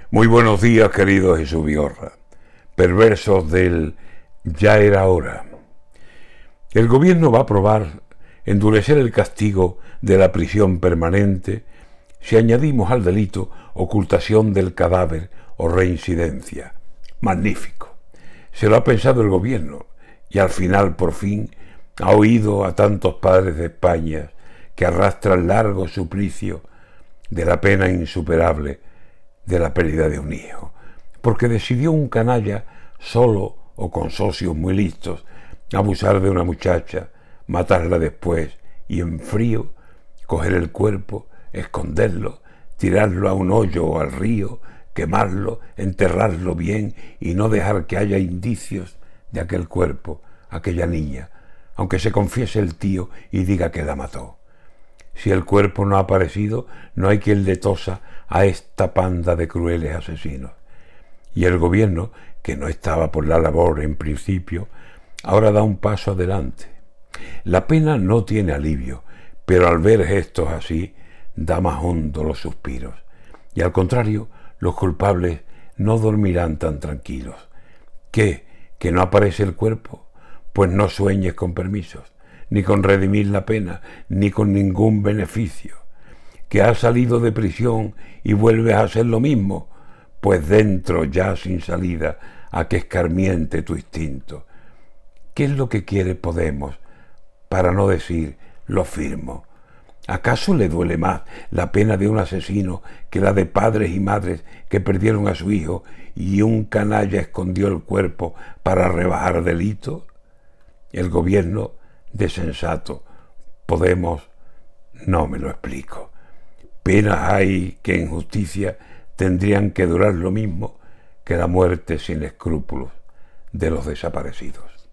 Muy buenos días, querido Jesús Vigorra, perversos del ya era hora. El gobierno va a aprobar endurecer el castigo de la prisión permanente si añadimos al delito ocultación del cadáver o reincidencia. Magnífico. Se lo ha pensado el gobierno y al final, por fin, ha oído a tantos padres de España que arrastran largo suplicio de la pena insuperable de la pérdida de un hijo, porque decidió un canalla, solo o con socios muy listos, abusar de una muchacha, matarla después y en frío coger el cuerpo, esconderlo, tirarlo a un hoyo o al río, quemarlo, enterrarlo bien y no dejar que haya indicios de aquel cuerpo, aquella niña, aunque se confiese el tío y diga que la mató. Si el cuerpo no ha aparecido, no hay quien le tosa a esta panda de crueles asesinos. Y el gobierno, que no estaba por la labor en principio, ahora da un paso adelante. La pena no tiene alivio, pero al ver gestos así, da más hondo los suspiros. Y al contrario, los culpables no dormirán tan tranquilos. ¿Qué? ¿Que no aparece el cuerpo? Pues no sueñes con permisos, ni con redimir la pena, ni con ningún beneficio. ¿Que has salido de prisión y vuelves a hacer lo mismo? Pues dentro ya sin salida, a que escarmiente tu instinto. ¿Qué es lo que quiere Podemos? Para no decir, lo firmo. ¿Acaso le duele más la pena de un asesino que la de padres y madres que perdieron a su hijo y un canalla escondió el cuerpo para rebajar delito? El gobierno de sensato, Podemos, no me lo explico. Penas hay que en justicia tendrían que durar lo mismo que la muerte sin escrúpulos de los desaparecidos.